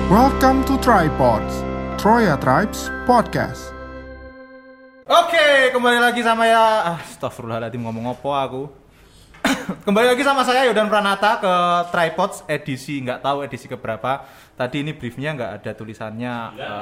Welcome to Tripods, Troya Tribes Podcast. Oke, kembali lagi sama Astagfirullahaladzim, ngomong apa aku. Kembali lagi sama saya Yodan Pranata ke Tripods edisi, nggak tahu edisi keberapa. Tadi ini briefnya nggak ada tulisannya.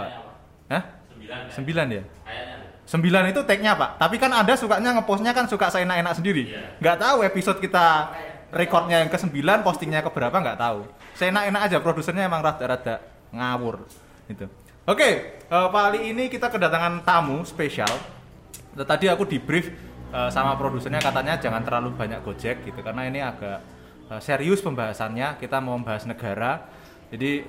9 ya? 9 itu tag-nya Pak. Tapi kan Anda sukanya ngepostnya kan suka seenak-enak sendiri. Nggak tahu episode kita recordnya yang ke-9, postingnya keberapa nggak tahu. Seenak-enak aja, produsernya emang rada-rada ngawur gitu. Oke, kali ini kita kedatangan tamu spesial. Tadi aku di brief sama produsernya, katanya jangan terlalu banyak gojek gitu karena ini agak serius pembahasannya. Kita mau membahas negara, jadi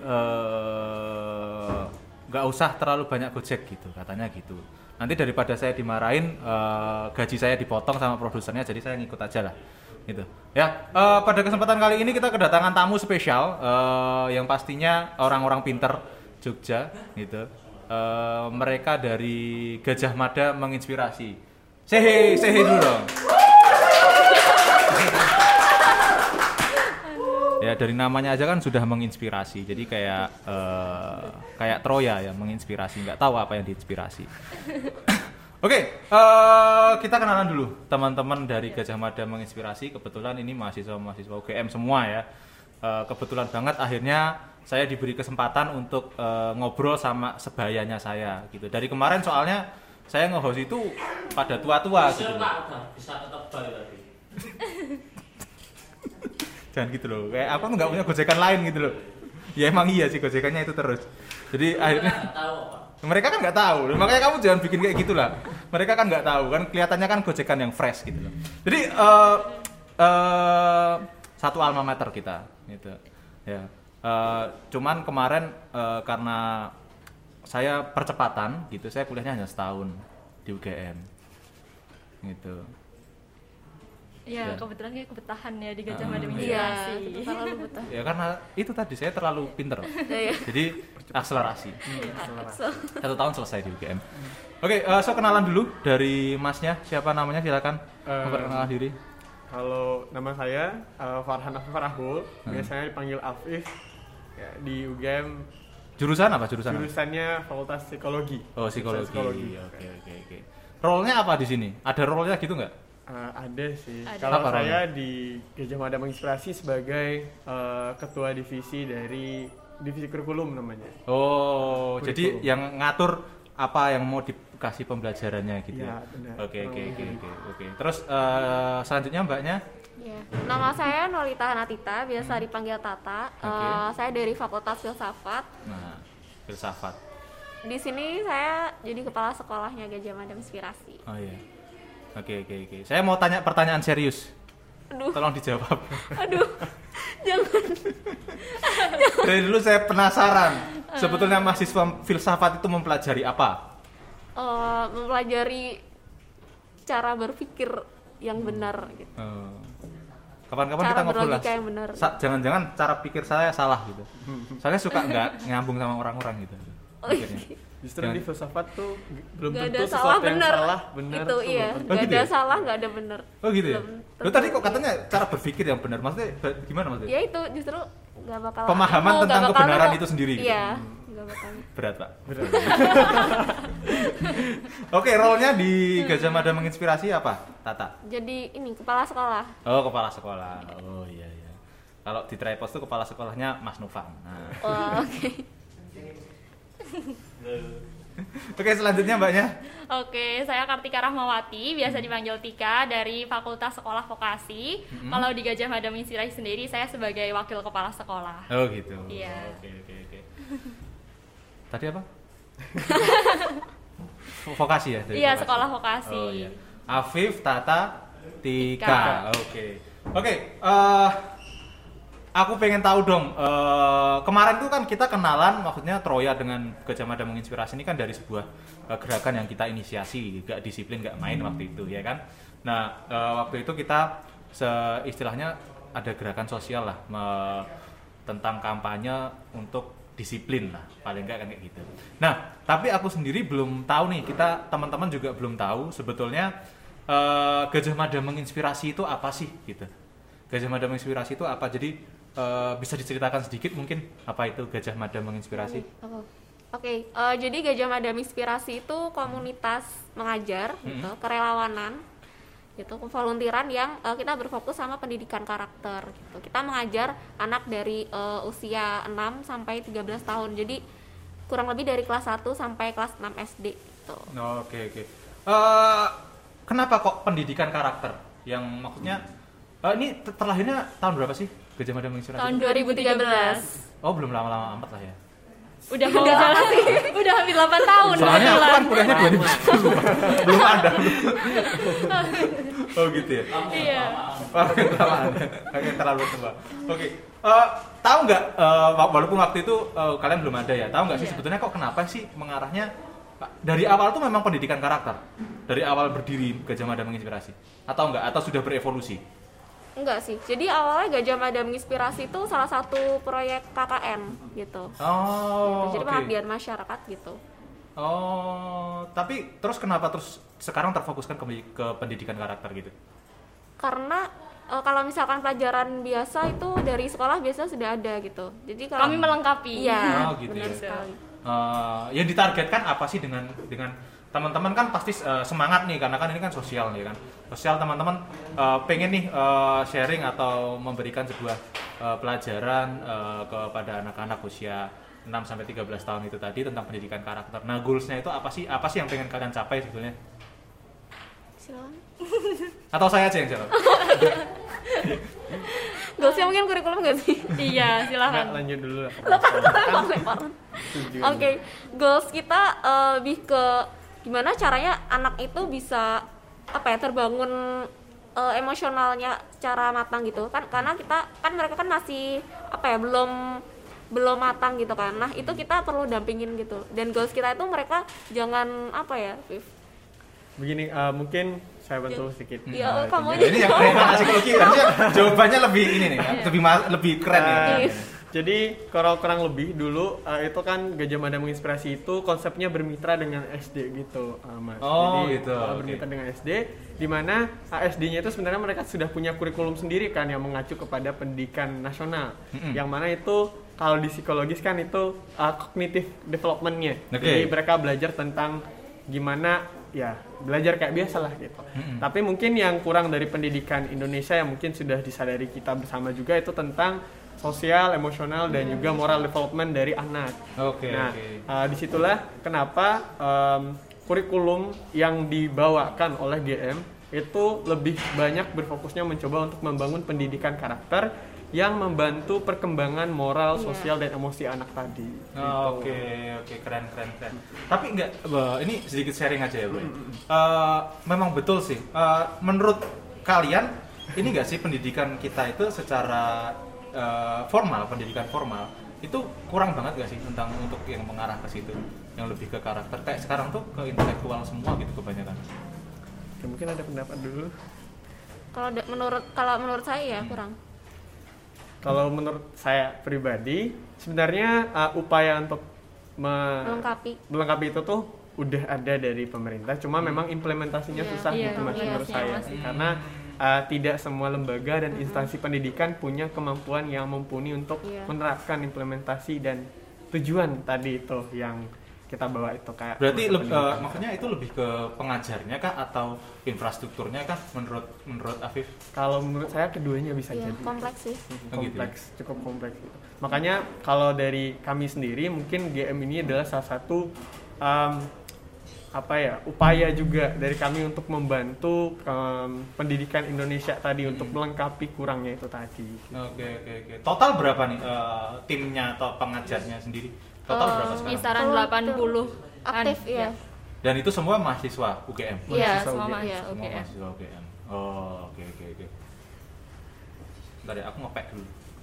nggak usah terlalu banyak gojek gitu katanya gitu. Nanti daripada saya dimarahin, gaji saya dipotong sama produsernya, jadi saya ngikut aja lah gitu ya. Pada kesempatan kali ini kita kedatangan tamu spesial yang pastinya orang-orang pinter Jogja gitu. Mereka dari Gajah Mada menginspirasi. Sehe dulu dong. Ya dari namanya aja kan sudah menginspirasi. Jadi kayak Troya ya, menginspirasi. Nggak tahu apa yang diinspirasi. Oke, kita kenalan dulu teman-teman dari Gajah Mada menginspirasi. Kebetulan ini mahasiswa UGM semua ya. Kebetulan banget akhirnya saya diberi kesempatan untuk ngobrol sama sebayanya saya gitu. Dari kemarin soalnya saya nge-host itu pada tua-tua gitu. Bisa tetap balik lagi. Jangan gitu loh. Kayak aku nggak punya gojekan lain gitu loh. Ya emang iya sih, gojekannya itu terus. Jadi akhirnya Tahu apa? mereka kan nggak tahu, makanya kamu jangan bikin kayak gitulah. Mereka kan nggak tahu, kan kelihatannya kan gojekan yang fresh gitu loh. Jadi satu alma mater kita, gitu. Ya, cuman kemarin karena saya percepatan, gitu, saya kuliahnya hanya setahun di UGM, gitu. Ya, kebetulan kayak kebetahan ya di Gajah Mada menginspirasi. Iya, terlalu betah. Ya karena itu tadi saya terlalu pinter, jadi akselerasi. Satu tahun selesai di UGM. Oke, so kenalan dulu dari masnya, siapa namanya, silakan memperkenalkan diri. Halo, nama saya Farhan Afif Farahul, biasanya dipanggil Afif ya, di UGM. Jurusan apa jurusan? Jurusannya Fakultas Psikologi. Oh, psikologi. Oke. Role-nya apa di sini? Ada role-nya gitu nggak? Ada sih. Ada. Kalau Apa saya di Gajah Mada menginspirasi sebagai ketua divisi dari divisi kurikulum namanya. Oh, Kurikulum. jadi yang ngatur apa yang mau dikasih pembelajarannya gitu. Iya, benar. Oke. Terus selanjutnya mbaknya? Ya. Nama saya Nolita Natita, biasa dipanggil Tata. Saya dari Fakultas Filsafat. Nah, filsafat. Di sini saya jadi kepala sekolahnya Gajah Mada Inspirasi. Oh iya. Oke. Saya mau tanya pertanyaan serius. Aduh, Tolong dijawab. jangan. Dari dulu saya penasaran. Sebetulnya mahasiswa filsafat itu mempelajari apa? Mempelajari cara berpikir yang benar gitu. Kapan-kapan Cara kita ngobrol lah. berlogika yang benar. Jangan-jangan cara pikir saya salah gitu. Saya suka nggak nyambung sama orang-orang gitu. Oh, Pikirnya. Justru Jangan. di filsafat tuh belum Gak tentu ada sesuatu salah yang benar. salah benar. Itu iya, Oh, gak gitu ada ya? salah, gak ada benar. Oh gitu ya? Belum Lu tadi kok katanya cara berpikir yang benar. Maksudnya gimana maksudnya? Ya itu justru gak bakal Pemahaman nemu, tentang gak bakal kebenaran nemu. itu sendiri gitu? Iya, gak bakal. Berat Pak. Oke, role-nya di Gajah Mada menginspirasi apa, Tata? Jadi ini kepala sekolah. Oh, kepala sekolah. Oh iya. Kalau di Tripods tuh kepala sekolahnya Mas Nufang. Nah. Oh, oke. Oke, selanjutnya mbaknya. Oke, saya Kartika Rahmawati, biasa dipanggil Tika dari Fakultas Sekolah Vokasi. Kalau di Gajah Mada menginspirasi sendiri, saya sebagai wakil kepala sekolah. Oh gitu. Iya. Oke. Tadi apa? Vokasi ya? Dari Iya, vokasi? sekolah vokasi. Oh iya. Afif, Tata, Tika. Tika. Oke. Aku pengen tahu dong. Kemarin tuh kan kita kenalan, maksudnya Troya dengan Gajah Mada menginspirasi ini kan dari sebuah gerakan yang kita inisiasi, gak disiplin, gak main waktu itu, ya kan? Nah, waktu itu kita istilahnya ada gerakan sosial lah, tentang kampanye untuk disiplin lah, paling enggak kan kayak gitu. Nah, tapi aku sendiri belum tahu nih, kita teman-teman juga belum tahu sebetulnya Gajah Mada menginspirasi itu apa sih gitu. Gajah Mada menginspirasi itu apa? Jadi bisa diceritakan sedikit mungkin apa itu Gajah Mada menginspirasi? Oke, jadi Gajah Mada Inspirasi itu komunitas mengajar, gitu, kerelawanan, gitu, volunteeran yang kita berfokus sama pendidikan karakter. Gitu. Kita mengajar anak dari usia 6 sampai 13 tahun. Jadi kurang lebih dari kelas 1 sampai kelas 6 SD. Gitu. Oke. Kenapa kok pendidikan karakter? Yang maksudnya ini terlahirnya tahun berapa sih Gajah Mada menginspirasi? Tahun 2013. Oh belum lama-lama amat lah ya. Udah mau jalan sih. Udah hampir 8 tahun. Soalnya aku kan kuliahnya 2010. Belum ada. Oh gitu ya. Iya. Oke, terlalu tua. Oke. Tahu nggak walaupun waktu itu kalian belum ada ya. Tahu nggak sih sebetulnya kok kenapa sih mengarahnya dari awal tuh memang pendidikan karakter. Dari awal berdiri Gajah Mada menginspirasi. Atau enggak? Atau sudah berevolusi? Enggak sih. Jadi awalnya Gajah Mada Menginspirasi itu salah satu proyek KKN gitu. Oh. Jadi Okay. pengabdian masyarakat gitu. Oh, tapi terus kenapa terus sekarang terfokuskan ke pendidikan karakter gitu? Karena kalau misalkan pelajaran biasa itu dari sekolah biasa sudah ada gitu. Jadi kalau Kami melengkapi. Iya, Oh, gitu benar ya. sekali. Yang ditargetkan apa sih dengan teman-teman kan pasti semangat nih karena kan ini kan sosial nih kan. Sosial teman-teman pengen nih sharing atau memberikan sebuah pelajaran kepada anak-anak usia 6 sampai 13 tahun itu tadi tentang pendidikan karakter. Nah, goals-nya itu apa sih? Apa sih yang pengen kalian capai sebetulnya? Silakan. Atau saya aja yang jawab? Goalsnya mungkin kurikulum nggak sih? Iya, Nggak, silakan. lanjut dulu lah. Oke, goals kita lebih ke gimana caranya anak itu bisa terbangun emosionalnya secara matang gitu kan, karena kita kan mereka kan masih belum matang gitu kan. Nah, itu kita perlu dampingin gitu. Dan goals kita itu mereka jangan Begini, mungkin saya bantu sedikit. ya kamu Ini yang psikologi harusnya jawabannya lebih ini nih, lebih keren ya. Jadi kurang lebih dulu itu kan Gajah Mada Menginspirasi itu konsepnya bermitra dengan SD gitu, Mas. Oh, Jadi gitu. bermitra dengan SD, di mana SD-nya itu sebenarnya mereka sudah punya kurikulum sendiri kan yang mengacu kepada pendidikan nasional. Yang mana itu kalau di psikologis kan itu cognitive development-nya. Oke. Jadi mereka belajar tentang gimana ya belajar kayak biasa lah gitu. Tapi mungkin yang kurang dari pendidikan Indonesia yang mungkin sudah disadari kita bersama juga itu tentang sosial, emosional dan juga moral development dari anak. Oke. Nah, disitulah kenapa kurikulum yang dibawakan oleh GM itu lebih banyak berfokusnya mencoba untuk membangun pendidikan karakter yang membantu perkembangan moral, sosial dan emosi anak tadi. Oke, keren. Tapi enggak, ini sedikit sharing aja ya, Bro. Memang betul sih. Menurut kalian, ini enggak sih pendidikan kita itu secara pendidikan formal itu kurang banget gak sih tentang untuk yang mengarah ke situ, yang lebih ke karakter? Kayak sekarang tuh ke intelektual semua gitu kebanyakan. Ya, mungkin ada pendapat dulu. Kalau menurut saya ya kurang. Kalau menurut saya pribadi, sebenarnya upaya untuk melengkapi itu tuh udah ada dari pemerintah, cuma memang implementasinya susah gitu Mas menurut saya. Karena tidak semua lembaga dan instansi pendidikan punya kemampuan yang mumpuni untuk menerapkan implementasi dan tujuan tadi itu yang kita bawa itu kayak. Berarti makanya itu lebih ke pengajarnya kah atau infrastrukturnya kah menurut Afif? Kalau menurut saya keduanya bisa Iya, jadi kompleks sih. cukup kompleks gitu. Makanya kalau dari kami sendiri mungkin GM ini adalah salah satu upaya juga dari kami untuk membantu pendidikan Indonesia tadi untuk melengkapi kurangnya itu tadi. Oke. Total berapa nih timnya atau pengajarnya sendiri? Total berapa sekarang? Kisaran 80 Aktif ya. Dan itu semua mahasiswa UGM? Iya, Mahasiswa semua UGM. mahasiswa Semua UGM. mahasiswa UGM. Oh, oke. Bentar ya, aku ngepek dulu.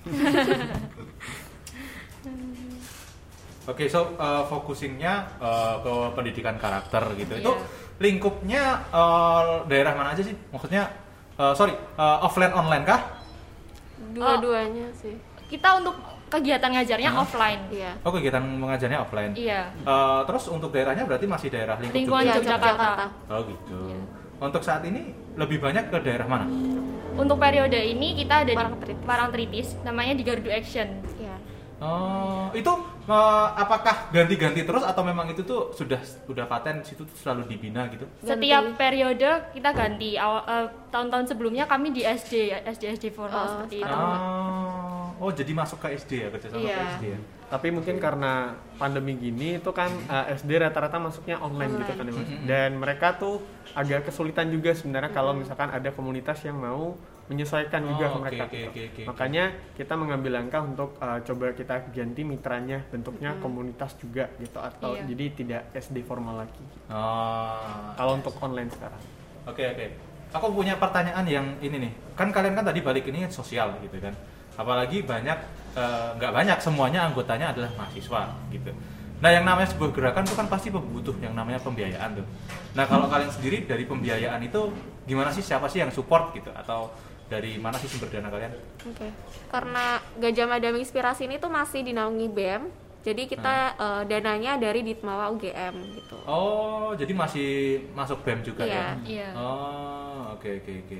Oke, focusingnya ke pendidikan karakter gitu. Itu lingkupnya daerah mana aja sih? Maksudnya, offline online kah? Dua-duanya sih. Kita untuk kegiatan ngajarnya offline. Iya. Oh, kegiatan mengajarnya offline. Iya. Terus untuk daerahnya berarti masih daerah Lingkungan Jogja? Yogyakarta. Oh gitu. Untuk saat ini lebih banyak ke daerah mana? Untuk periode ini kita ada di Parangtritis, namanya di Gardu Action. Iya. Oh, itu apakah ganti-ganti terus atau memang itu tuh udah paten situ tuh selalu dibina gitu? Setiap periode kita ganti. Tahun-tahun sebelumnya kami di SD formal seperti itu. Oh, jadi masuk ke SD ya, kerjasama ke SD ya. Tapi mungkin karena pandemi gini itu kan SD rata-rata masuknya online gitu kan ya Mas. Dan mereka tuh agak kesulitan juga sebenarnya kalau misalkan ada komunitas yang mau menyesuaikan juga ke mereka. Makanya kita mengambil langkah untuk coba kita ganti mitranya bentuknya komunitas juga gitu atau jadi tidak SD formal lagi. Kalau untuk online sekarang. Oke. Aku punya pertanyaan yang ini nih. Kan kalian kan tadi balik ini sosial gitu kan. Apalagi nggak banyak semuanya anggotanya adalah mahasiswa gitu. Nah yang namanya sebuah gerakan itu kan pasti butuh yang namanya pembiayaan tuh. Nah kalau kalian sendiri dari pembiayaan itu gimana sih, siapa sih yang support gitu atau dari mana sih sumber dana kalian? Oke. Karena Gajah Mada Menginspirasi ini tuh masih dinaungi BEM, jadi kita dananya dari Ditmawa UGM gitu. Oh jadi masih masuk BEM juga ya? Iya. Oh oke.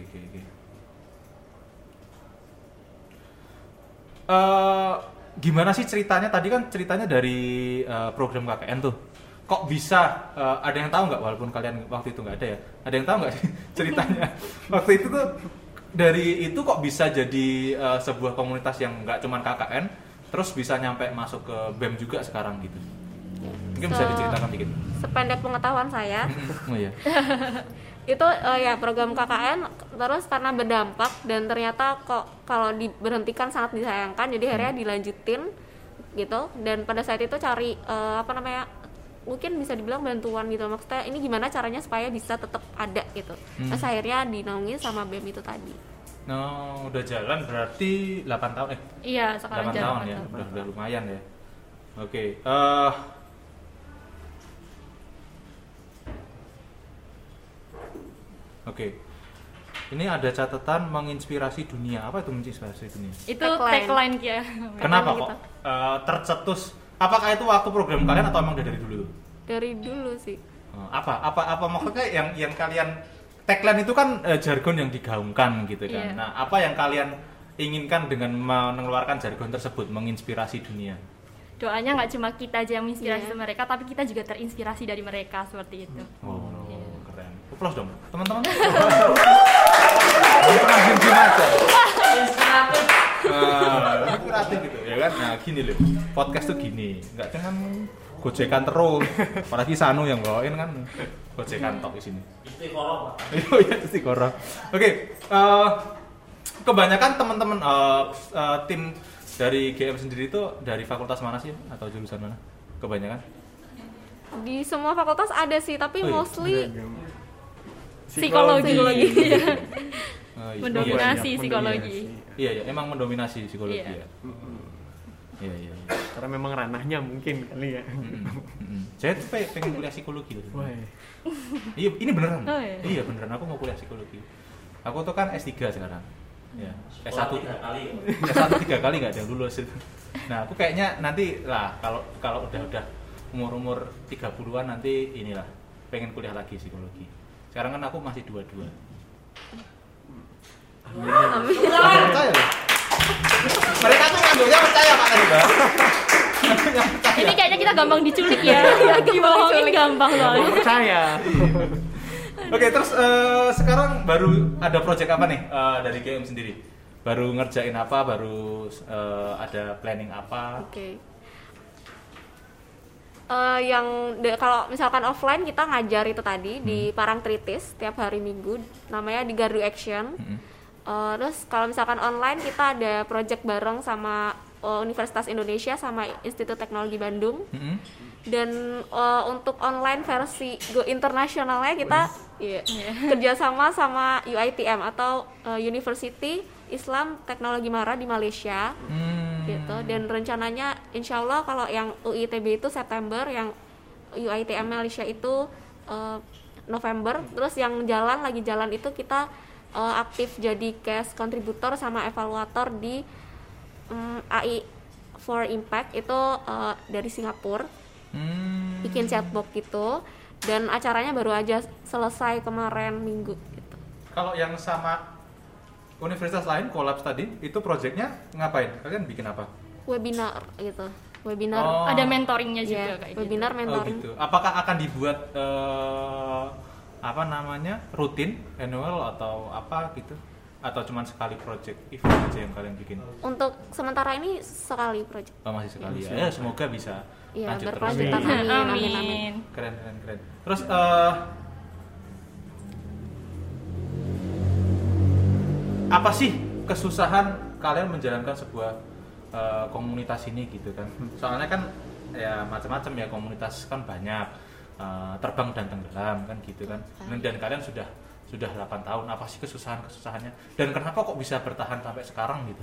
Gimana sih ceritanya? Tadi kan ceritanya dari program KKN tuh. Kok bisa? Ada yang tahu nggak? Walaupun kalian waktu itu nggak ada ya. Ada yang tahu nggak sih ceritanya? Waktu itu tuh dari itu kok bisa jadi sebuah komunitas yang nggak cuman KKN, terus bisa nyampe masuk ke BEM juga sekarang gitu. Mungkin bisa diceritakan dikit. Sependek pengetahuan saya. Oh iya. Itu ya program KKN terus karena berdampak dan ternyata kok kalau diberhentikan sangat disayangkan, jadi akhirnya dilanjutin gitu. Dan pada saat itu cari mungkin bisa dibilang bantuan gitu, maksudnya ini gimana caranya supaya bisa tetap ada gitu. Terus akhirnya dinaungi sama BEM itu tadi. No, udah jalan berarti 8 tahun Iya, sekarang 8 tahun ya, udah lumayan ya. Oke. Oke. Ini ada catatan menginspirasi dunia. Apa itu menginspirasi dunia? Itu tagline ya. Kenapa kok tercetus? Apakah itu waktu program kalian atau emang dari dulu? Dari dulu sih. Apa maksudnya yang kalian tagline itu kan jargon yang digaungkan gitu kan. Yeah. Nah, apa yang kalian inginkan dengan mengeluarkan jargon tersebut menginspirasi dunia? Doanya nggak cuma kita aja yang menginspirasi mereka, tapi kita juga terinspirasi dari mereka seperti itu. Keren. Aplaus dong, teman-teman. Teman gym aja. Inspiratif gitu ya kan. Nah, gini loh. Podcast tuh gini, nggak cuman gojekan terus. Apalagi Sanu yang bawain kan gojekan tok di sini. Istiqoroh. Iya, istiqoroh. Oke, kebanyakan teman-teman tim dari GM sendiri itu dari fakultas mana sih atau jurusan mana? Kebanyakan? Di semua fakultas ada sih, tapi mostly psikologi. Mendominasi psikologi. Iya, emang mendominasi psikologi ya. Iya. Karena memang ranahnya mungkin kali ya. Saya tuh pengen kuliah psikologi loh. Iya, ini beneran. Iya beneran, aku mau kuliah psikologi. Aku tuh kan S3 sekarang. Ya, S1 3 kali nggak ada yang lulus itu. Nah, aku kayaknya nanti lah kalau udah umur 30-an nanti inilah pengen kuliah lagi psikologi. Sekarang kan aku masih 22. Amin. Percaya loh. Mereka tuh ngambilnya percaya Pak tadi, Bang. Ini kayaknya kita gampang diculik ya. Dibohongin gampang soalnya. Percaya. Oke, terus sekarang baru ada project apa nih dari GM sendiri? Baru ngerjain apa? Baru ada planning apa? Oke. Kalau misalkan offline kita ngajar itu tadi di Parangtritis tiap hari Minggu, namanya di Gardu Action. Terus kalau misalkan online kita ada project bareng sama Universitas Indonesia sama Institut Teknologi Bandung. Dan untuk online versi Go internasionalnya kita kerjasama sama UITM atau University Islam Teknologi Mara di Malaysia. Gitu. Dan rencananya insya Allah kalau yang UITB itu September, yang UITM Malaysia itu November. Terus yang lagi jalan itu kita aktif jadi case kontributor sama evaluator di AI for Impact itu dari Singapura. Bikin chatbot gitu, dan acaranya baru aja selesai kemarin Minggu gitu. Kalau yang sama universitas lain kolaps tadi itu projectnya ngapain? Kalian bikin apa? Webinar gitu. Webinar. Ada mentoringnya juga kayak webinar gitu. mentoring. Gitu. Apakah akan dibuat rutin, annual atau apa gitu? Atau cuma sekali project event aja yang kalian bikin? Untuk sementara ini sekali project. Oh, masih sekali ya. Semoga bisa lanjut terus. Berkelanjutan. Amin. Keren. Terus apa sih kesusahan kalian menjalankan sebuah komunitas ini gitu kan? Soalnya kan ya macam-macam ya, komunitas kan banyak, terbang dan tenggelam kan gitu kan. Dan kalian sudah 8 tahun, apa sih kesusahannya? Dan kenapa kok bisa bertahan sampai sekarang gitu?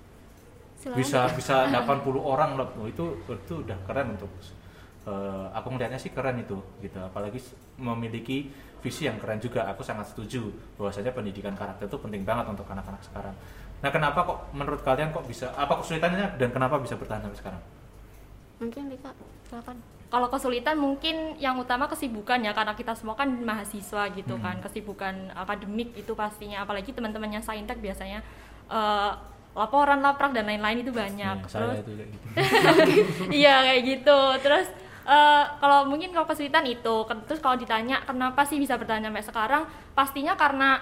Bisa 80 orang loh, itu udah keren untuk aku melihatnya sih keren itu gitu. Apalagi memiliki visi yang keren juga. Aku sangat setuju bahwasanya pendidikan karakter itu penting banget untuk anak-anak sekarang. Nah, kenapa kok menurut kalian kok bisa, apa kesulitannya dan kenapa bisa bertahan sampai sekarang? Mungkin Dika, silakan. Kalau kesulitan mungkin yang utama kesibukan ya, karena kita semua kan mahasiswa gitu kan, kesibukan akademik itu pastinya, apalagi teman-temannya saintek biasanya laporan, laprak dan lain-lain itu banyak. Saya itu kayak gitu. Iya kayak gitu. Terus kalau kesulitan itu, terus kalau ditanya kenapa sih bisa bertahan sampai sekarang, pastinya karena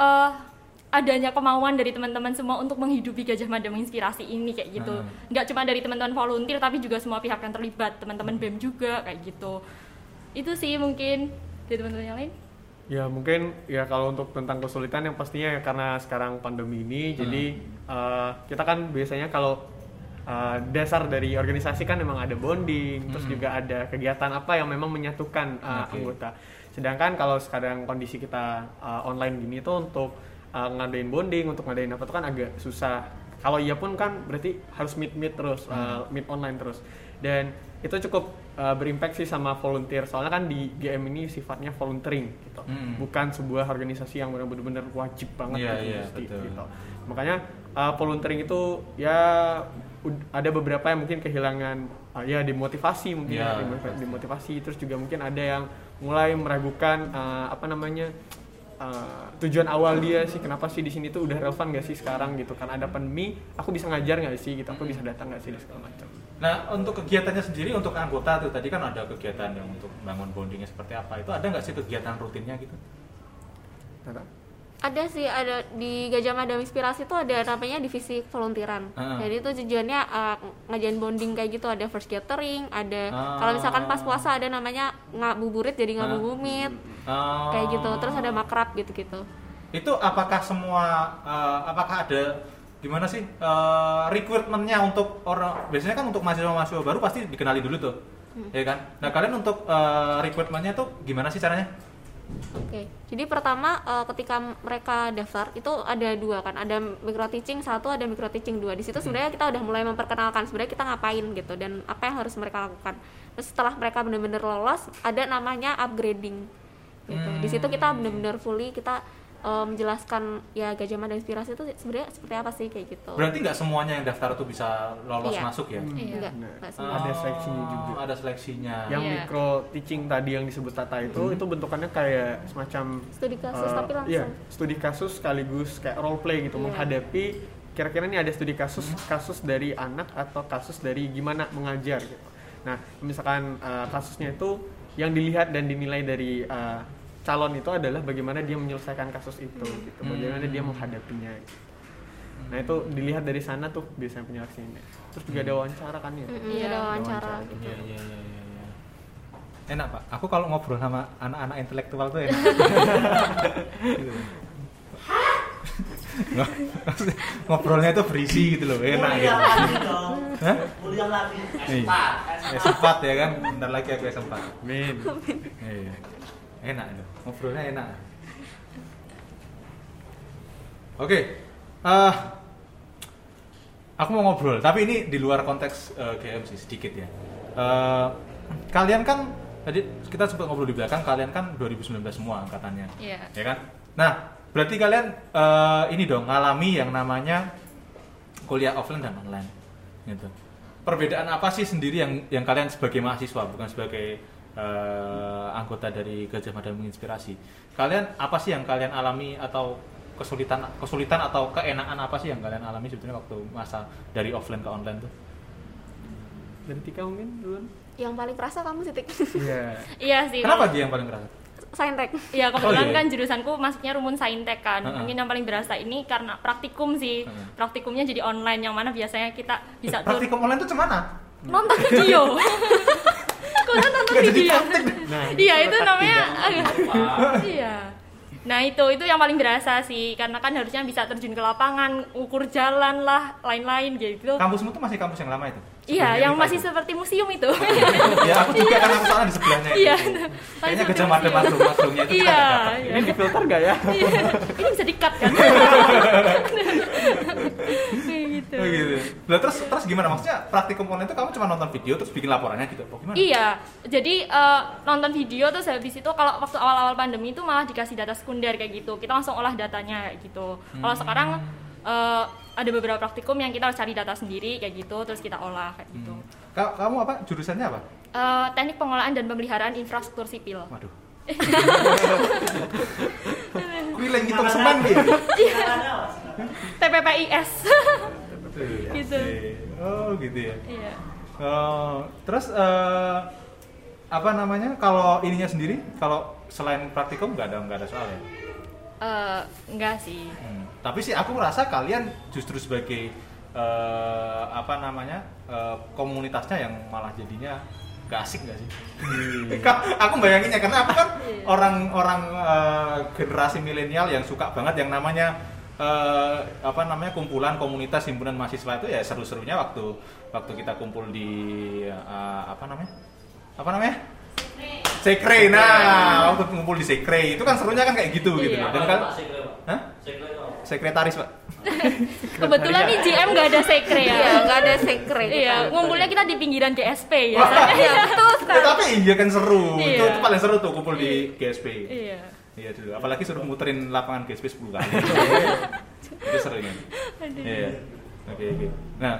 adanya kemauan dari teman-teman semua untuk menghidupi Gajah Mada Menginspirasi ini kayak gitu. Nggak cuma dari teman-teman volunteer tapi juga semua pihak yang terlibat, teman-teman BEM juga kayak gitu. Itu sih mungkin dari teman-teman yang lain. Ya mungkin ya kalau untuk tentang kesulitan yang pastinya ya karena sekarang pandemi ini, jadi kita kan biasanya kalau dasar dari organisasi kan memang ada bonding, terus juga ada kegiatan apa yang memang menyatukan anggota. Sedangkan kalau sekarang kondisi kita online gini tuh untuk ngadain bonding, untuk ngadain apa tuh kan agak susah. Kalau iya pun kan berarti harus meet terus, meet online terus. Dan itu cukup berimpact sih sama volunteer. Soalnya kan di GM ini sifatnya volunteering gitu. Bukan sebuah organisasi yang benar-benar wajib banget gitu. Makanya volunteering itu ya ada beberapa yang mungkin kehilangan dimotivasi mungkin dimotivasi, terus juga mungkin ada yang mulai meragukan tujuan awal dia sih, kenapa sih di sini tuh udah relevan gak sih sekarang gitu kan, ada pandemi aku bisa ngajar gak sih gitu, aku bisa datang gak sih dan segala macam. Nah, untuk kegiatannya sendiri untuk anggota tuh tadi kan ada kegiatan yang untuk bangun bondingnya seperti apa, itu ada nggak sih kegiatan rutinnya gitu? Ada sih, ada di Gajah Mada Menginspirasi tuh ada namanya divisi volunteeran. Jadi itu tujuannya ngajain bonding kayak gitu, ada first gathering, ada kalau misalkan pas puasa ada namanya ngabuburit jadi ngabubumit. Kayak gitu. Terus ada makrab gitu-gitu. Itu apakah semua apakah ada gimana sih recruitment-nya untuk orang, biasanya kan untuk mahasiswa baru pasti dikenali dulu tuh. Ya kan? Nah, kalian untuk recruitment-nya tuh gimana sih caranya? Oke, jadi pertama ketika mereka daftar itu ada dua kan, ada micro teaching 1, ada micro teaching 2. Di situ sebenarnya kita udah mulai memperkenalkan sebenarnya kita ngapain gitu dan apa yang harus mereka lakukan. Terus setelah mereka benar-benar lolos, ada namanya upgrading gitu. Di situ kita benar-benar fully kita menjelaskan ya Gajah Mada Inspirasi itu sebenarnya seperti apa sih kayak gitu. Berarti nggak semuanya yang daftar itu bisa lolos masuk ya? Enggak semua. Ada seleksinya juga. Ada seleksinya. Yang micro teaching tadi yang disebut Tata itu bentukannya kayak semacam studi kasus tapi langsung. Iya, studi kasus sekaligus kayak role play gitu, menghadapi kira-kira ini ada studi kasus dari anak atau kasus dari gimana mengajar gitu. Nah, misalkan kasusnya itu yang dilihat dan dinilai dari calon itu adalah bagaimana dia menyelesaikan kasus itu gitu, bagaimana dia menghadapinya gitu. Nah itu dilihat dari sana tuh biasanya penyeleksiannya. Terus juga ada wawancara kan ya? Iya, ada wawancara gitu. Iya. Enak Pak, aku kalau ngobrol sama anak-anak intelektual tuh enak. Gitu. Ngobrolnya itu berisi gitu loh, enak gitu. Hah? Kuliah lagi, sempat ya kan, bentar lagi aku sempat. Amin. Iya. Enak itu, ngobrolnya enak. Oke, aku mau ngobrol, tapi ini di luar konteks GM sih sedikit ya. Kalian kan tadi kita sempat ngobrol di belakang, kalian kan 2019 semua angkatannya, ya kan? Nah, berarti kalian ini dong ngalami yang namanya kuliah offline dan online, gitu. Perbedaan apa sih sendiri yang kalian sebagai mahasiswa, bukan sebagai anggota dari Gajah Mada Menginspirasi, kalian apa sih yang kalian alami atau kesulitan atau keenakan apa sih yang kalian alami sebetulnya waktu masa dari offline ke online tuh? Dari Tika mungkin duluan. Yang paling kerasa kamu sih, Tik. Iya. Iya sih. Kenapa dia yang paling kerasa? Saintek. Ya kebetulan Oh, iya. kan jurusanku masuknya rumun saintek kan. Uh-uh. Mungkin yang paling berasa ini karena praktikum sih. Praktikumnya jadi online yang mana biasanya kita bisa Praktikum online tuh cemana? nonton video. Kalian nonton Nggak jadi video. praktik. Nah, Iya itu letak namanya. tidak. Iya. Nah itu yang paling berasa sih karena kan harusnya bisa terjun ke lapangan, ukur jalan lah, lain-lain gitu. Kampusmu tuh masih kampus yang lama itu? Iya, Sebelumnya yang IPA masih itu? seperti museum itu. Ya aku juga kan aku soalnya di sebelahnya. Iya. Kayaknya Gajah Mada masuknya itu Iya. kan ada. Ini di filter nggak ya? Iya. Ini bisa di-cut kan? Kayak gitu. Oh gitu. Lah terus gimana maksudnya praktikum online itu kamu cuma nonton video terus bikin laporannya gitu? Oh, gimana? Iya, jadi nonton video terus habis itu kalau waktu awal-awal pandemi itu malah dikasih data sekunder kayak gitu. Kita langsung olah datanya kayak gitu. Kalau sekarang ada beberapa praktikum yang kita harus cari data sendiri kayak gitu, terus kita olah kayak gitu. Kamu apa? Jurusannya apa? Teknik pengolahan dan pemeliharaan infrastruktur sipil. Waduh. Kuiling hitung semen gitu. TPPIS. Gitu. Oh gitu ya. Iya. Terus apa namanya? Kalau ininya sendiri, kalau selain praktikum nggak ada soal ya? Enggak sih. Tapi sih aku merasa kalian justru sebagai apa namanya komunitasnya yang malah jadinya gak asik gak sih? Aku bayanginnya karena aku kan orang-orang generasi milenial yang suka banget yang namanya apa namanya kumpulan komunitas himpunan mahasiswa itu ya seru-serunya waktu kita kumpul di apa namanya? Sekre. Nah, waktu kumpul di Sekre itu kan serunya kan kayak gitu gitu. Iya. Dan kan Hah? Sekre itu apa? Sekretaris, Pak. Kebetulan nih GM nggak ada sekre ya. Iya, nggak ada sekre. Iya, ngumpulnya kita di pinggiran GSP ya. Iya, betul sekali. Tapi iya kan seru. Iya. Itu paling seru tuh kumpul di GSP. Iya. Iya dulu. Apalagi suruh muterin lapangan GSP 10 kali. Itu seru ini. Iya. Oke. Nah,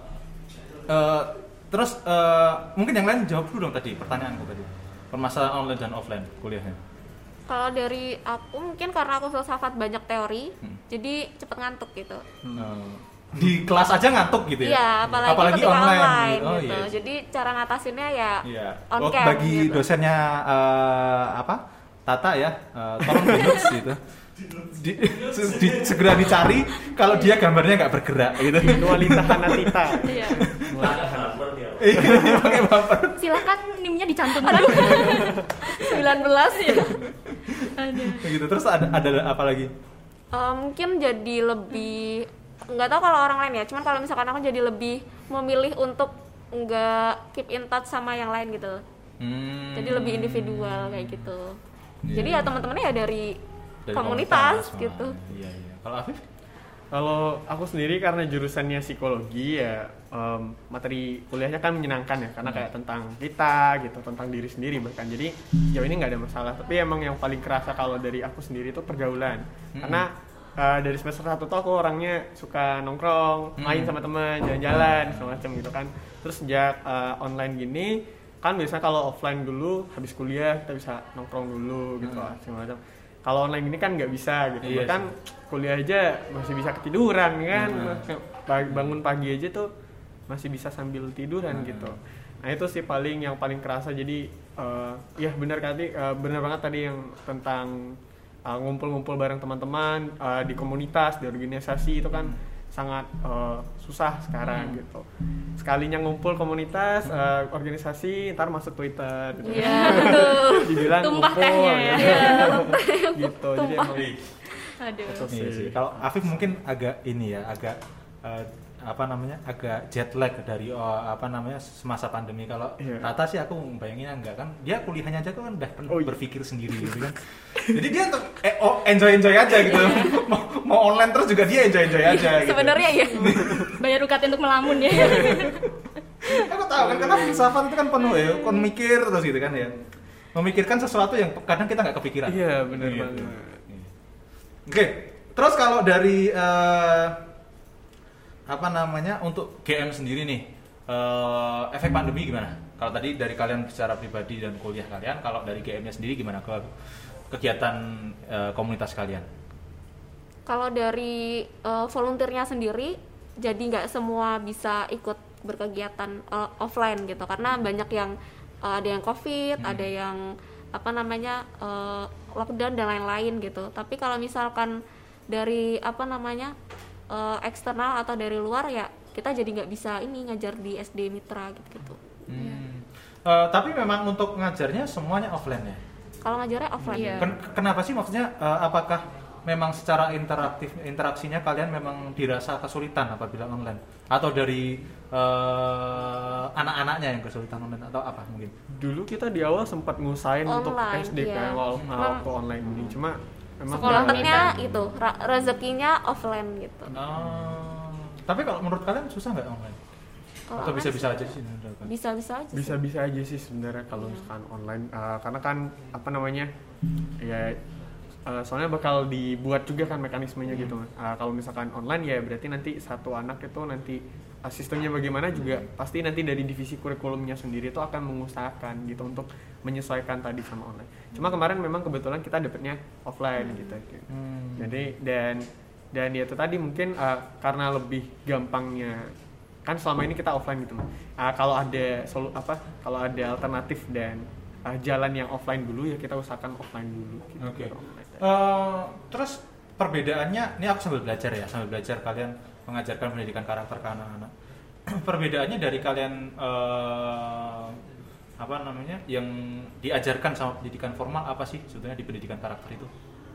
terus mungkin yang lain jawab dulu dong tadi pertanyaanku tadi. Permasalahan online dan offline kuliahnya. Kalau dari aku mungkin karena aku filsafat banyak teori, jadi cepet ngantuk gitu. Di kelas aja ngantuk gitu ya? Iya, apalagi ketika online Oh, gitu. iya. Jadi cara ngatasinnya ya Iya. on Oh, cam bagi gitu. dosennya apa? Tata ya, tolong di notes gitu. Segera dicari kalau dia gambarnya nggak bergerak gitu. Nualita Hanatita. Iya. Iya, pakai bumper. Silakan NIM-nya dicantumkan. 19 ya. Aduh. Gitu. Terus ada apa lagi? Mungkin jadi lebih, nggak tahu kalau orang lain ya, cuman kalau misalkan aku jadi lebih memilih untuk nggak keep in touch sama yang lain gitu. Jadi lebih individual kayak gitu. Iya. Jadi ya teman-temannya ya dari komunitas gitu. Iya. Kalau Afif? Kalau aku sendiri karena jurusannya psikologi ya materi kuliahnya kan menyenangkan ya karena kayak tentang kita gitu, tentang diri sendiri bahkan. Jadi sejauh ini nggak ada masalah. Tapi emang yang paling kerasa kalau dari aku sendiri itu pergaulan. Karena dari semester 1 tuh aku orangnya suka nongkrong, main sama teman, jalan-jalan, segala macam gitu kan. Terus sejak online gini kan biasanya kalau offline dulu habis kuliah kita bisa nongkrong dulu gitu segala macam. Kalau online ini kan nggak bisa gitu, Iya bahkan kuliah aja masih bisa ketiduran kan, bangun pagi aja tuh masih bisa sambil tiduran gitu. Nah itu sih yang paling kerasa. Jadi ya benar banget tadi yang tentang ngumpul-ngumpul bareng teman-teman di komunitas, di organisasi itu kan sangat susah sekarang gitu. Sekalinya ngumpul komunitas, organisasi, ntar masuk Twitter gitu. Iya, betul. Dibilang Tumpah ngumpul tehnya ya. gitu. Jadi emang Aduh. Iya sih. Kalau Afif mungkin agak ini ya, agak agak jet lag dari semasa pandemi. Kalau Tata sih aku bayanginnya enggak kan, dia kuliahnya aja kan udah berpikir sendiri gitu kan. Jadi dia tuh enjoy aja gitu. mau online terus juga dia enjoy aja gitu. Sebenarnya ya. Bayar UKT untuk melamun ya. Aku tahu kan karena filsafat itu kan penuh ya, kon mikir terus gitu kan ya. Memikirkan sesuatu yang kadang kita nggak kepikiran. iya benar Iya. banget. Oke, terus kalau dari untuk GM sendiri nih, efek pandemi gimana? Kalau tadi dari kalian secara pribadi dan kuliah kalian, kalau dari GM-nya sendiri gimana ke kegiatan komunitas kalian? Kalau dari volunteernya sendiri, jadi nggak semua bisa ikut berkegiatan offline gitu, karena banyak yang ada yang COVID, ada yang lockdown dan lain-lain gitu. Tapi kalau misalkan dari eksternal atau dari luar ya kita jadi nggak bisa ngajar di SD Mitra gitu. Tapi memang untuk ngajarnya semuanya offline ya? Kalau ngajarnya offline. Iya. Kenapa sih maksudnya? Apakah memang secara interaksinya kalian memang dirasa kesulitan apabila online? Atau dari anak-anaknya yang kesulitan online atau apa mungkin? Dulu kita di awal sempat ngusahain untuk Online, SD kan waktu online ini, cuma memang Sekolahnya itu rezekinya offline gitu. Tapi kalau menurut kalian susah nggak online? Kalau Atau online bisa-bisa aja sih? Bisa-bisa aja. bisa-bisa aja sih sebenarnya kalau misalkan online, karena kan soalnya bakal dibuat juga kan mekanismenya gitu. Kalau misalkan online ya berarti nanti satu anak itu nanti sistemnya bagaimana juga pasti nanti dari divisi kurikulumnya sendiri itu akan mengusahakan gitu untuk menyesuaikan tadi sama online. Cuma kemarin memang kebetulan kita dapetnya offline gitu. Jadi dan ya itu tadi mungkin karena lebih gampangnya kan selama ini kita offline gitu. Kalau ada alternatif dan jalan yang offline dulu ya kita usahakan offline dulu gitu. Oke. Terus perbedaannya, ini aku sambil belajar kalian mengajarkan pendidikan karakter ke anak-anak. Perbedaannya dari kalian yang diajarkan sama pendidikan formal apa sih sebetulnya di pendidikan karakter itu?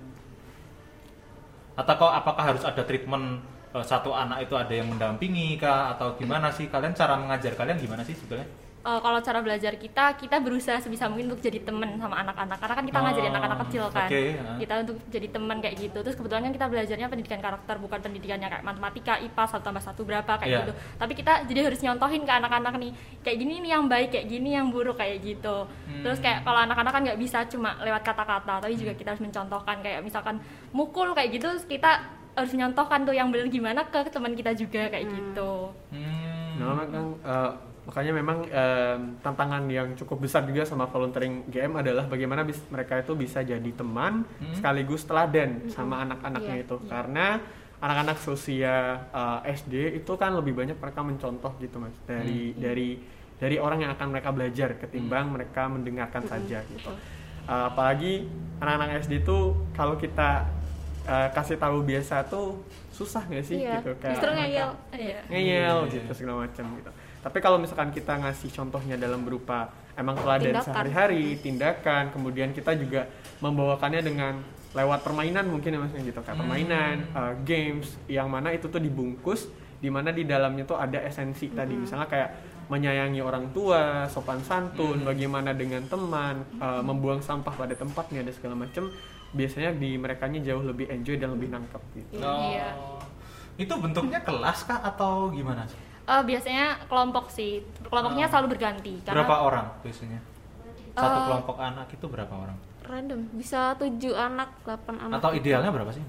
Atau apakah harus ada treatment satu anak itu ada yang mendampingi kah atau gimana sih? Kalian cara mengajar kalian gimana sih sebetulnya? Kalau cara belajar kita berusaha sebisa mungkin untuk jadi teman sama anak-anak, karena kan kita ngajarin anak-anak kecil kan. Kita untuk jadi teman kayak gitu. Terus kebetulan kan kita belajarnya pendidikan karakter, bukan pendidikannya kayak matematika, IPA 1+1 berapa kayak gitu. Tapi kita jadi harus nyontohin ke anak-anak nih, kayak gini nih yang baik, kayak gini yang buruk kayak gitu. Terus kayak kalau anak-anak kan nggak bisa cuma lewat kata-kata, tapi juga kita harus mencontohkan, kayak misalkan mukul kayak gitu, kita harus menyontohkan tuh yang benar gimana ke teman kita juga kayak gitu. Makanya memang tantangan yang cukup besar juga sama volunteering GM adalah bagaimana mereka itu bisa jadi teman sekaligus teladan sama anak-anaknya itu. Karena anak-anak seusia SD itu kan lebih banyak mereka mencontoh gitu Mas dari orang yang akan mereka belajar ketimbang mereka mendengarkan saja gitu. Apalagi anak-anak SD itu kalau kita kasih tahu biasa tuh susah nggak sih gitu, kayak justru ngeyel gitu segala macam gitu. Tapi kalau misalkan kita ngasih contohnya dalam berupa emang teladan sehari-hari, tindakan, kemudian kita juga membawakannya dengan lewat permainan mungkin ya Mas gitu, kayak permainan, games yang mana itu tuh dibungkus di mana di dalamnya tuh ada esensi tadi, misalnya kayak menyayangi orang tua, sopan santun, bagaimana dengan teman, membuang sampah pada tempatnya dan segala macam. Biasanya di merekanya jauh lebih enjoy dan lebih nangkep gitu. Itu bentuknya kelas kah atau gimana sih? Biasanya kelompok sih, kelompoknya selalu berganti. Berapa orang biasanya? Satu kelompok anak itu berapa orang? Random, bisa 7 anak, 8 anak. Atau idealnya berapa sih?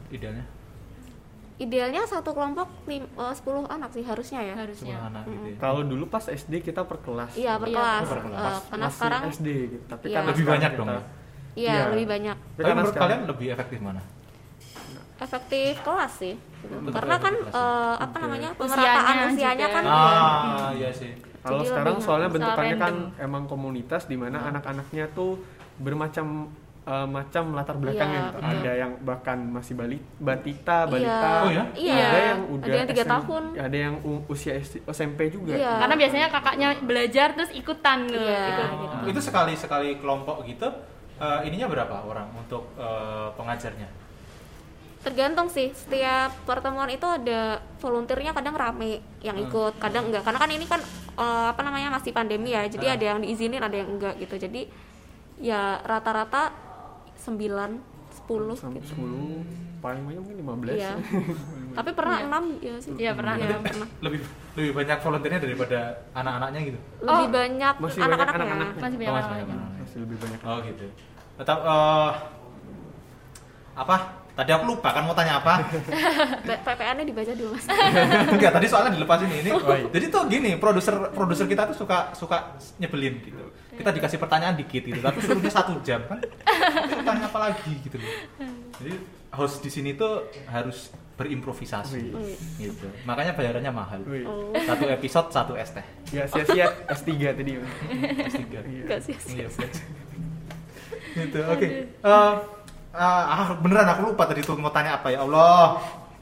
Idealnya satu kelompok 10 anak sih harusnya ya. 10 anak gitu ya. Kalau dulu pas SD kita per kelas. Iya, per kelas. Karena Masih sekarang SD gitu. Tapi iya. kan Lebih banyak dong ya? Iya, lebih banyak. Tapi menurut kalian lebih efektif mana? Efektif kelas sih. Karena kan pemerataan Usianya usianya juga. kan Iya sih. kalau Jadi sekarang lebih soalnya bisa bentukannya kan random. emang komunitas di mana anak-anaknya tuh bermacam macam latar belakangnya Iya, gitu. betul. Ada yang bahkan masih balita, Iya. Oh ya? Iya. ada yang udah Ada yang 3 tahun. ada yang usia SMP juga. Iya. Karena biasanya kakaknya belajar terus ikutan gitu. Iya. Ikut. Itu sekali kelompok gitu, ininya berapa orang untuk pengajarnya? Tergantung sih, setiap pertemuan itu ada volunteernya, kadang rame yang ikut, kadang enggak, karena kan ini kan masih pandemi ya, jadi ada yang diizinin, ada yang enggak gitu. Jadi ya rata-rata 9, 10 Sampai gitu. 10, paling banyak mungkin 15. Iya. Tapi pernah 6 ya sih. Iya, pernah. Iya, pernah. Lebih banyak volunteernya daripada anak-anaknya gitu? Lebih banyak Masih banyak anak-anaknya. anak-anaknya. Masih banyak orang. Masih lebih banyak. Oh gitu. Tetap Tadi aku lupa kan mau tanya apa? PPN-nya dibaca dulu Mas. Enggak, tadi soalnya dilepas ini. Jadi tuh gini, produser kita tuh suka nyebelin gitu. Kita dikasih pertanyaan dikit gitu, tapi suruhnya 1 jam kan. Kita tanya apa lagi gitu loh. Jadi host di sini tuh harus berimprovisasi gitu. Makanya bayarannya mahal. Satu episode 1 es teh. Ya sia-sia S3 tadi. S3. Gak sia-sia. Gitu. Oke. Beneran aku lupa tadi tuh mau tanya apa ya Allah.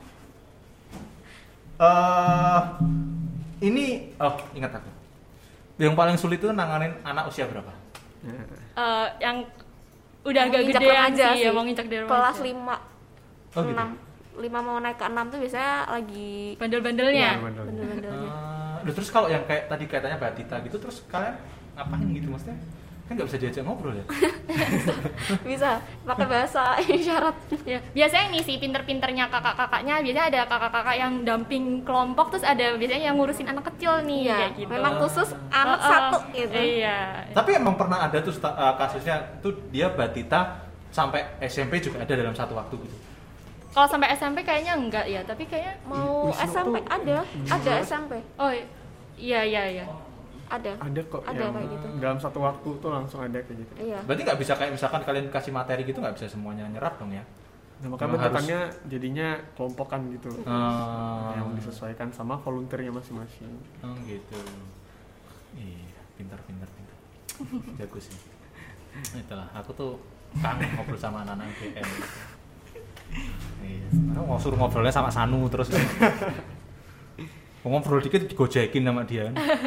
Ini ingat aku. Yang paling sulit itu nanganin anak usia berapa? Yang udah agak Nginjak gedean remaja sih, ya mau nginjak dari kelas remaja. 5 Oh, gitu? 5 mau naik ke 6 tuh biasanya lagi Bandel-bandelnya. bandel-bandelnya. Terus kalau yang kayak tadi kaitannya Mbak Tita gitu, terus kalian ngapain gitu maksudnya? Kan nggak bisa diajak ngobrol ya? Bisa pakai bahasa isyarat. Ya, biasanya ini sih pinter-pinternya kakak-kakaknya, biasanya ada kakak-kakak yang damping kelompok, terus ada biasanya yang ngurusin anak kecil nih, Iya, kayak gitu. memang khusus anak satu gitu. Iya. Tapi emang pernah ada tuh kasusnya tuh dia Mbak Tita sampai SMP juga ada dalam satu waktu gitu. Kalau sampai SMP kayaknya enggak ya, tapi kayaknya Mau SMP ada SMP. oh iya. Ada kok Ada yang kayak gitu. dalam satu waktu tuh langsung ada kayak gitu. Iya. Berarti nggak bisa kayak misalkan kalian kasih materi gitu nggak bisa semuanya nyerap dong ya? Nah, makanya Memang bentukannya jadinya kelompokan gitu. Yang Oh, disesuaikan sama volunteernya masing-masing. gitu. Iya, pintar. Jago sih. Itulah, aku tuh kangen ngobrol sama anak-anak GM. Iya, sekarang mau suruh ngobrolnya sama Sanu terus. Ngobrol dikit digojekin sama dia.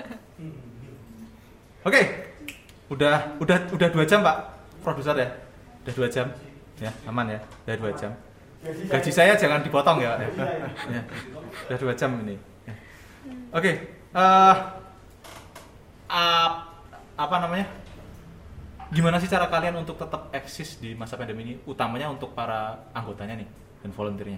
Oke. Udah 2 jam, Pak. Produser ya. Udah 2 jam. Ya, aman ya. Udah 2 jam. Gaji saya jangan dipotong ya, Pak. Ya. Udah 2 jam ini. Ya. Oke. Apa namanya? Gimana sih cara kalian untuk tetap eksis di masa pandemi ini, utamanya untuk para anggotanya nih dan volunteernya?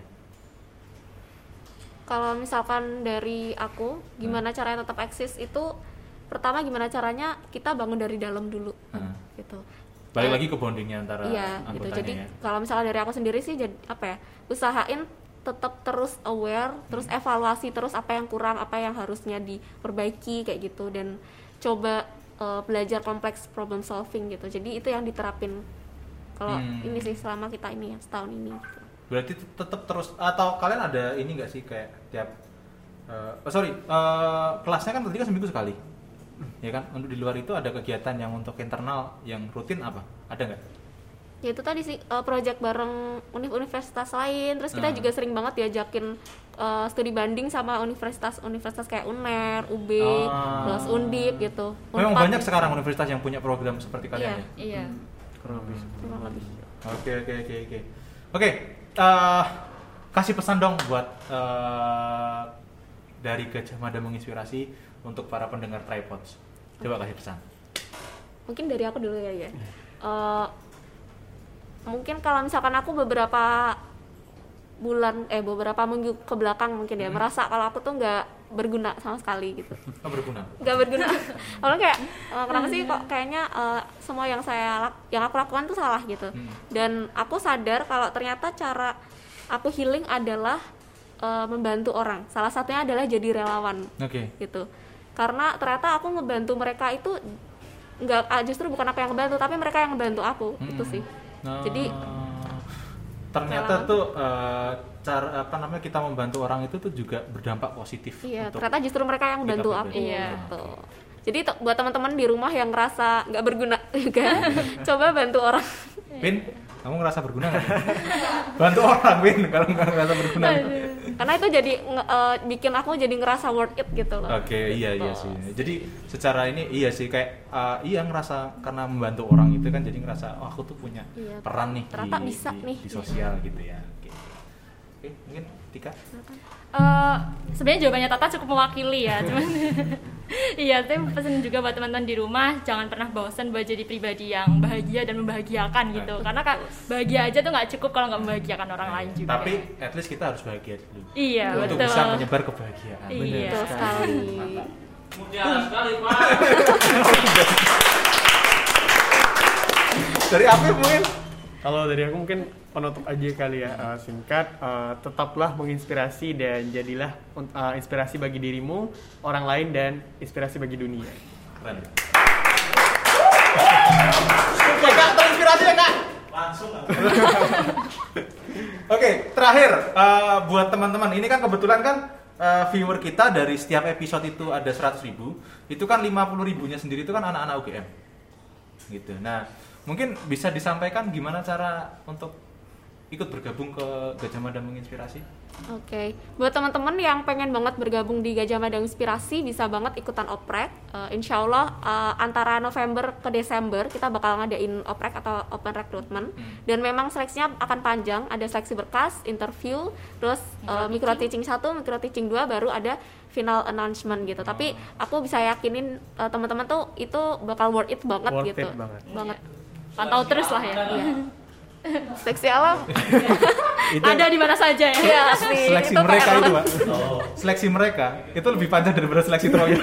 Kalau misalkan dari aku, gimana caranya tetap eksis itu pertama gimana caranya kita bangun dari dalam dulu, gitu. Balik lagi ke bondingnya antara iya, anggotanya gitu. Jadi ya. kalau misalnya dari aku sendiri sih, usahain tetap terus aware, terus evaluasi terus apa yang kurang, apa yang harusnya diperbaiki kayak gitu, dan coba belajar kompleks problem solving gitu. Jadi itu yang diterapin kalau ini sih selama kita ini ya setahun ini gitu. Berarti tetap terus, atau kalian ada ini nggak sih kayak tiap kelasnya kan tadi kan seminggu sekali ya kan, untuk di luar itu ada kegiatan yang untuk internal yang rutin apa, ada nggak? Ya itu tadi sih project bareng universitas lain, terus kita juga sering banget diajakin studi banding sama universitas kayak UNER, UB, plus Undip gitu. Memang banyak sekarang universitas yang punya program seperti kalian ya? Iya. Kurang lebih. Oke, kasih pesan dong buat dari Gajah Mada menginspirasi untuk para pendengar Tripods. Coba kasih pesan. Mungkin dari aku dulu ya. Mungkin kalau misalkan aku beberapa minggu ke belakang mungkin ya merasa kalau aku tuh nggak berguna sama sekali gitu. Nggak berguna. Kalau kayak kenapa sih kok kayaknya semua yang aku lakukan tuh salah gitu. Dan aku sadar kalau ternyata cara aku healing adalah membantu orang. Salah satunya adalah jadi relawan. Gitu. Karena ternyata aku ngebantu mereka itu justru bukan aku yang ngebantu, tapi mereka yang ngebantu aku. Itu sih. Jadi ternyata tuh cara kita membantu orang itu tuh juga berdampak positif. Iya, ternyata justru mereka yang membantu aku. Gitu. Jadi buat teman-teman di rumah yang ngerasa nggak berguna juga, coba bantu orang. Pin, kamu ngerasa berguna nggak? Bantu orang, Pin, kalau nggak ngerasa berguna. Karena itu jadi bikin aku jadi ngerasa worth it gitu loh. Iya sih. Jadi secara ini iya sih kayak ngerasa karena membantu orang itu kan jadi ngerasa aku tuh punya peran nih di sosial gitu ya. Oke, mungkin Tika. Sebenarnya jawabannya Tata cukup mewakili ya, cuman iya, saya pesan juga buat teman-teman di rumah jangan pernah bosan buat jadi pribadi yang bahagia dan membahagiakan gitu. Karena bahagia aja tuh nggak cukup kalau nggak membahagiakan orang lain juga. Tapi at least kita harus bahagia dulu. Iya, untuk betul. bisa menyebar kebahagiaan. Iya. Betul sekali. Mutiara sekali, Pak. Dari apa mungkin? Kalau dari aku mungkin penutup aja kali ya, singkat, tetaplah menginspirasi dan jadilah inspirasi bagi dirimu, orang lain, dan inspirasi bagi dunia. Keren. Kak, terinspirasi ya Kak? Langsung. Oke, terakhir buat teman-teman ini kan kebetulan kan viewer kita dari setiap episode itu ada 100.000, itu kan 50.000-nya sendiri itu kan anak-anak UGM gitu. Nah mungkin bisa disampaikan gimana cara untuk ikut bergabung ke Gajah Mada Menginspirasi? Oke, buat teman-teman yang pengen banget bergabung di Gajah Mada Inspirasi bisa banget ikutan oprek. Insya Allah antara November ke Desember kita bakal ngadain oprek atau open recruitment. Dan memang seleksinya akan panjang, ada seleksi berkas, interview, terus micro teaching 1, micro teaching 2, baru ada final announcement gitu. Tapi aku bisa yakinin teman-teman tuh itu bakal worth it banget gitu. Banget. Pantau terus lah ya. Iya. Seleksi alam ada di mana saja ya. Iya, asli. Seleksi itu mereka PR itu, Pak. Seleksi mereka itu lebih panjang daripada seleksi Troya.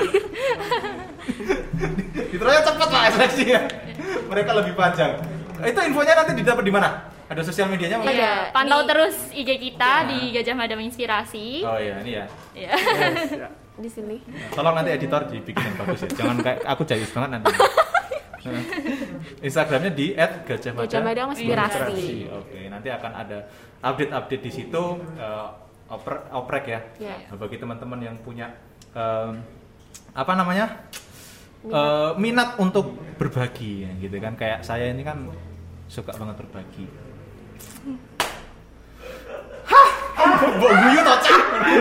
Di Troya cepat lah seleksinya. Mereka lebih panjang. Itu infonya nanti didapat di mana? Ada sosial medianya mungkin? Iya, pantau terus IG kita di Gajah Mada Menginspirasi. Oh iya, ini ya. Iya. di sini. Tolong nanti editor dibikin yang bagus ya. Jangan kayak aku jayus banget nanti. Instagramnya di @Gajah Mada Menginspirasi. Oke, nanti akan ada update-update di situ, oprek ya. Yeah. Bagi teman-teman yang punya minat untuk berbagi, ya, gitu kan. Kayak saya ini kan suka banget berbagi. Mbok guyu toh, Cak.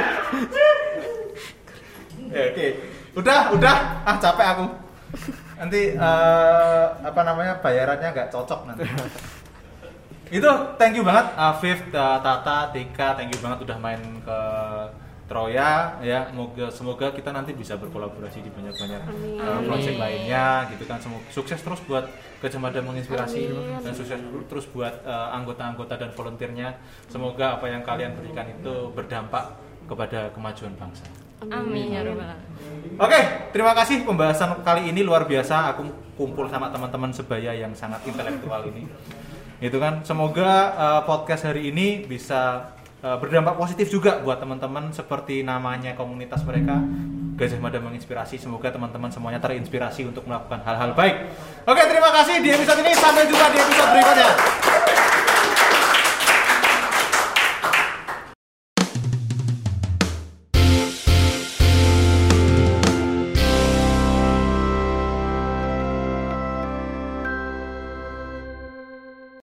Oke. Udah. Capek aku. Nanti bayarannya nggak cocok nanti. Itu thank you banget Afif, Tata, Tika, thank you banget udah main ke Troya ya. Semoga kita nanti bisa berkolaborasi di banyak-banyak project lainnya gitu kan. Sukses terus buat Gajah Mada Menginspirasi. Dan sukses terus buat anggota-anggota dan volunteernya. Semoga apa yang kalian berikan itu berdampak kepada kemajuan bangsa. Amin ya rabbal alamin. Oke, terima kasih pembahasan kali ini luar biasa. Aku kumpul sama teman-teman sebaya yang sangat intelektual ini. Itu kan, semoga podcast hari ini bisa berdampak positif juga buat teman-teman seperti namanya komunitas mereka Gajah Mada Menginspirasi. Semoga teman-teman semuanya terinspirasi untuk melakukan hal-hal baik. Oke, terima kasih di episode ini. Sampai jumpa di episode berikutnya.